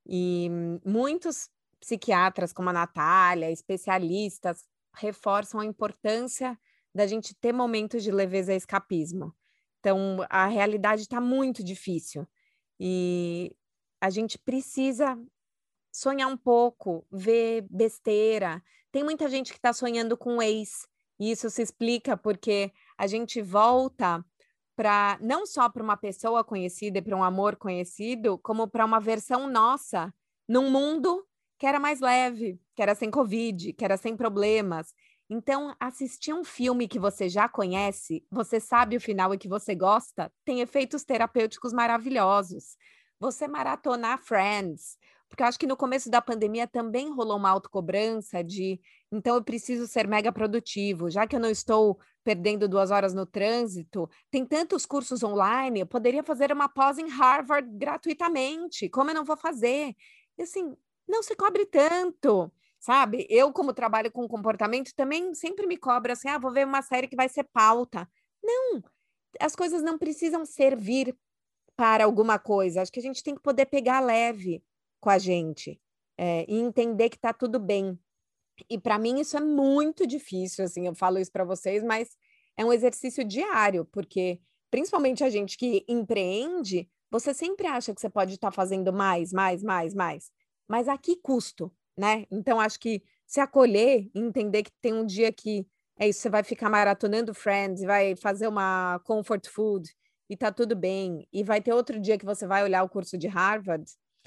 e muitos psiquiatras como a Natália, especialistas, reforçam a importância da gente ter momentos de leveza e escapismo. Então, a realidade está muito difícil. E a gente precisa sonhar um pouco, ver besteira. Tem muita gente que está sonhando com o ex, e isso se explica porque a gente volta para não só para uma pessoa conhecida e para um amor conhecido, como para uma versão nossa num mundo que era mais leve, que era sem Covid, que era sem problemas. Então, assistir um filme que você já conhece, você sabe o final e que você gosta, tem efeitos terapêuticos maravilhosos. Você maratonar Friends, porque eu acho que no começo da pandemia também rolou uma autocobrança de, então eu preciso ser mega produtivo, já que eu não estou perdendo duas horas no trânsito, tem tantos cursos online, eu poderia fazer uma pós em Harvard gratuitamente, como eu não vou fazer? E assim, não se cobre tanto, sabe? Eu, como trabalho com comportamento, também sempre me cobro assim, ah, vou ver uma série que vai ser pauta. Não, as coisas não precisam servir para alguma coisa, acho que a gente tem que poder pegar leve com a gente é, e entender que está tudo bem. E para mim isso é muito difícil, assim, eu falo isso para vocês, mas é um exercício diário, porque principalmente a gente que empreende, você sempre acha que você pode estar fazendo mais, mais, mais, mais, mas a que custo, né? Então acho que se acolher e entender que tem um dia que é isso, você vai ficar maratonando Friends, vai fazer uma comfort food e tá tudo bem, e vai ter outro dia que você vai olhar o curso de Harvard,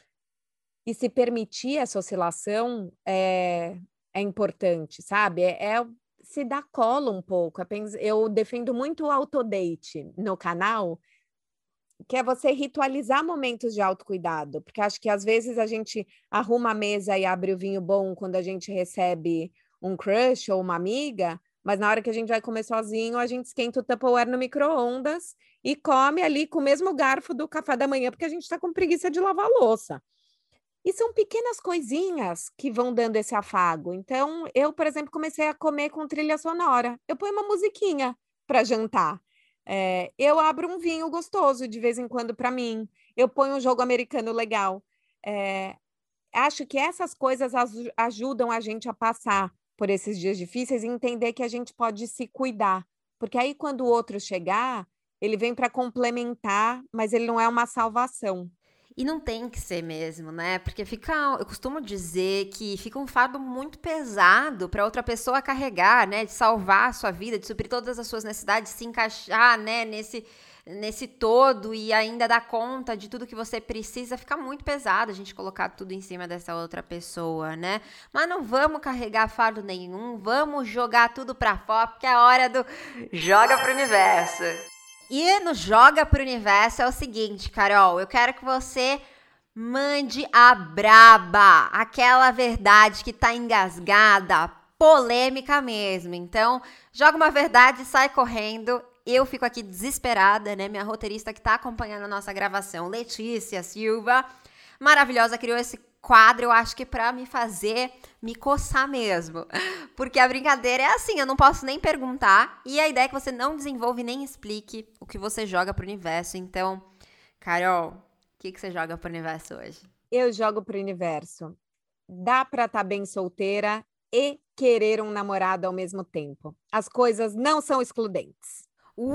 e se permitir essa oscilação é, é importante, sabe? É, é se dar colo um pouco. Eu defendo muito o autodate no canal, que é você ritualizar momentos de autocuidado, porque acho que às vezes a gente arruma a mesa e abre o vinho bom quando a gente recebe um crush ou uma amiga, mas na hora que a gente vai comer sozinho, a gente esquenta o Tupperware no micro-ondas e come ali com o mesmo garfo do café da manhã, porque a gente está com preguiça de lavar a louça. E são pequenas coisinhas que vão dando esse afago. Então, eu, por exemplo, comecei a comer com trilha sonora. Eu ponho uma musiquinha para jantar. É, eu abro um vinho gostoso de vez em quando para mim. Eu ponho um jogo americano legal. É, acho que essas coisas ajudam a gente a passar por esses dias difíceis e entender que a gente pode se cuidar. Porque aí, quando o outro chegar, ele vem para complementar, mas ele não é uma salvação. E não tem que ser mesmo, né? Porque fica, eu costumo dizer que fica um fardo muito pesado para outra pessoa carregar, né? De salvar a sua vida, de suprir todas as suas necessidades, de se encaixar, né? Nesse, nesse todo e ainda dar conta de tudo que você precisa. Fica muito pesado a gente colocar tudo em cima dessa outra pessoa, né? Mas não vamos carregar fardo nenhum, vamos jogar tudo pra fora, porque é hora do joga pro universo. E no Joga pro Universo é o seguinte, Carol, eu quero que você mande a braba, aquela verdade que tá engasgada, polêmica mesmo. Então, joga uma verdade e sai correndo. Eu fico aqui desesperada, né? Minha roteirista que tá acompanhando a nossa gravação, Letícia Silva, maravilhosa, criou esse quadro, eu acho que pra me fazer me coçar mesmo, porque a brincadeira é assim, eu não posso nem perguntar, e a ideia é que você não desenvolve nem explique o que você joga pro universo. Então, Carol, o que, que você joga pro universo hoje? Eu jogo pro universo. Dá pra estar bem solteira e querer um namorado ao mesmo tempo. As coisas não são excludentes.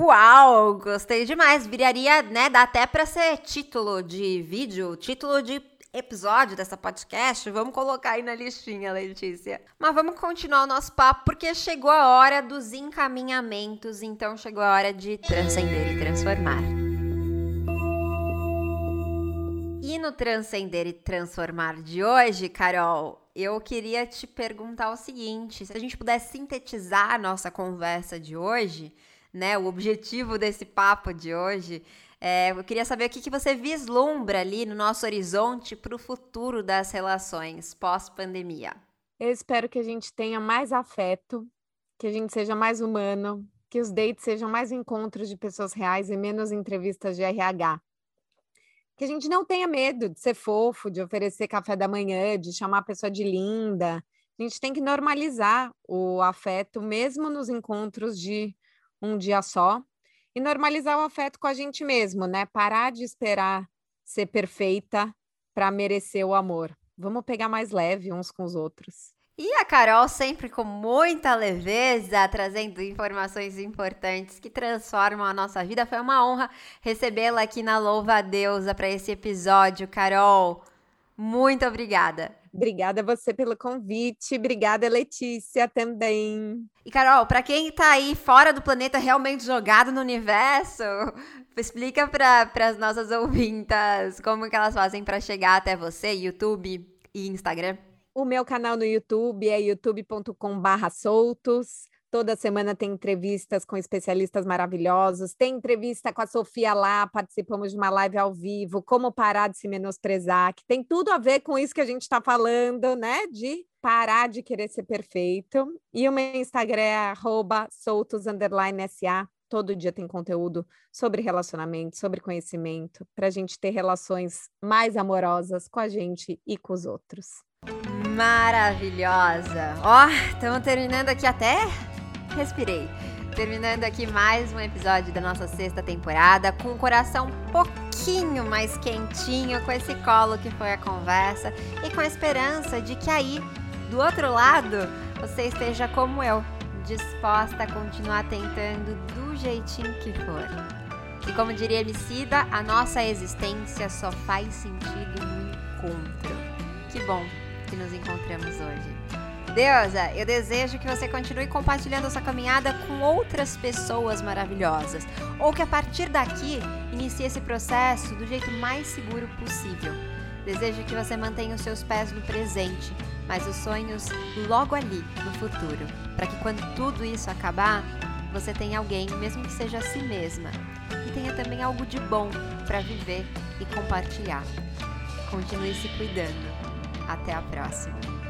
Uau, gostei demais, viraria, né, dá até pra ser título de vídeo, título de episódio dessa podcast, vamos colocar aí na listinha, Letícia. Mas vamos continuar o nosso papo, porque chegou a hora dos encaminhamentos, então chegou a hora de transcender e transformar. E no Transcender e Transformar de hoje, Carol, eu queria te perguntar o seguinte, se a gente pudesse sintetizar a nossa conversa de hoje, né, o objetivo desse papo de hoje, É, eu queria saber o que, que você vislumbra ali no nosso horizonte para o futuro das relações pós-pandemia. Eu espero que a gente tenha mais afeto, que a gente seja mais humano, que os dates sejam mais encontros de pessoas reais e menos entrevistas de R H. Que a gente não tenha medo de ser fofo, de oferecer café da manhã, de chamar a pessoa de linda. A gente tem que normalizar o afeto, mesmo nos encontros de um dia só. E normalizar o afeto com a gente mesmo, né? Parar de esperar ser perfeita para merecer o amor. Vamos pegar mais leve uns com os outros. E a Carol sempre com muita leveza, trazendo informações importantes que transformam a nossa vida. Foi uma honra recebê-la aqui na Louva a Deusa para esse episódio, Carol. Muito obrigada. Obrigada a você pelo convite. Obrigada, Letícia, também. E, Carol, para quem tá aí fora do planeta, realmente jogado no universo, explica para as nossas ouvintas como que elas fazem para chegar até você, YouTube e Instagram. O meu canal no YouTube é youtube ponto com barra soltos. Toda semana tem entrevistas com especialistas maravilhosos. Tem entrevista com a Sofia lá, participamos de uma live ao vivo, como parar de se menosprezar, que tem tudo a ver com isso que a gente está falando, né? De parar de querer ser perfeito. E o meu Instagram é arroba soltos underline sa. Todo dia tem conteúdo sobre relacionamento, sobre conhecimento, para a gente ter relações mais amorosas com a gente e com os outros. Maravilhosa! Ó, estamos terminando aqui até... Respirei. Terminando aqui mais um episódio da nossa sexta temporada, com o coração um pouquinho mais quentinho, com esse colo que foi a conversa e com a esperança de que aí, do outro lado, você esteja como eu, disposta a continuar tentando do jeitinho que for. E como diria Emicida, a nossa existência só faz sentido no encontro. Que bom que nos encontramos hoje. Deusa, eu desejo que você continue compartilhando essa caminhada com outras pessoas maravilhosas, ou que a partir daqui inicie esse processo do jeito mais seguro possível. Desejo que você mantenha os seus pés no presente, mas os sonhos logo ali no futuro, para que quando tudo isso acabar, você tenha alguém, mesmo que seja a si mesma, e tenha também algo de bom para viver e compartilhar. Continue se cuidando. Até a próxima.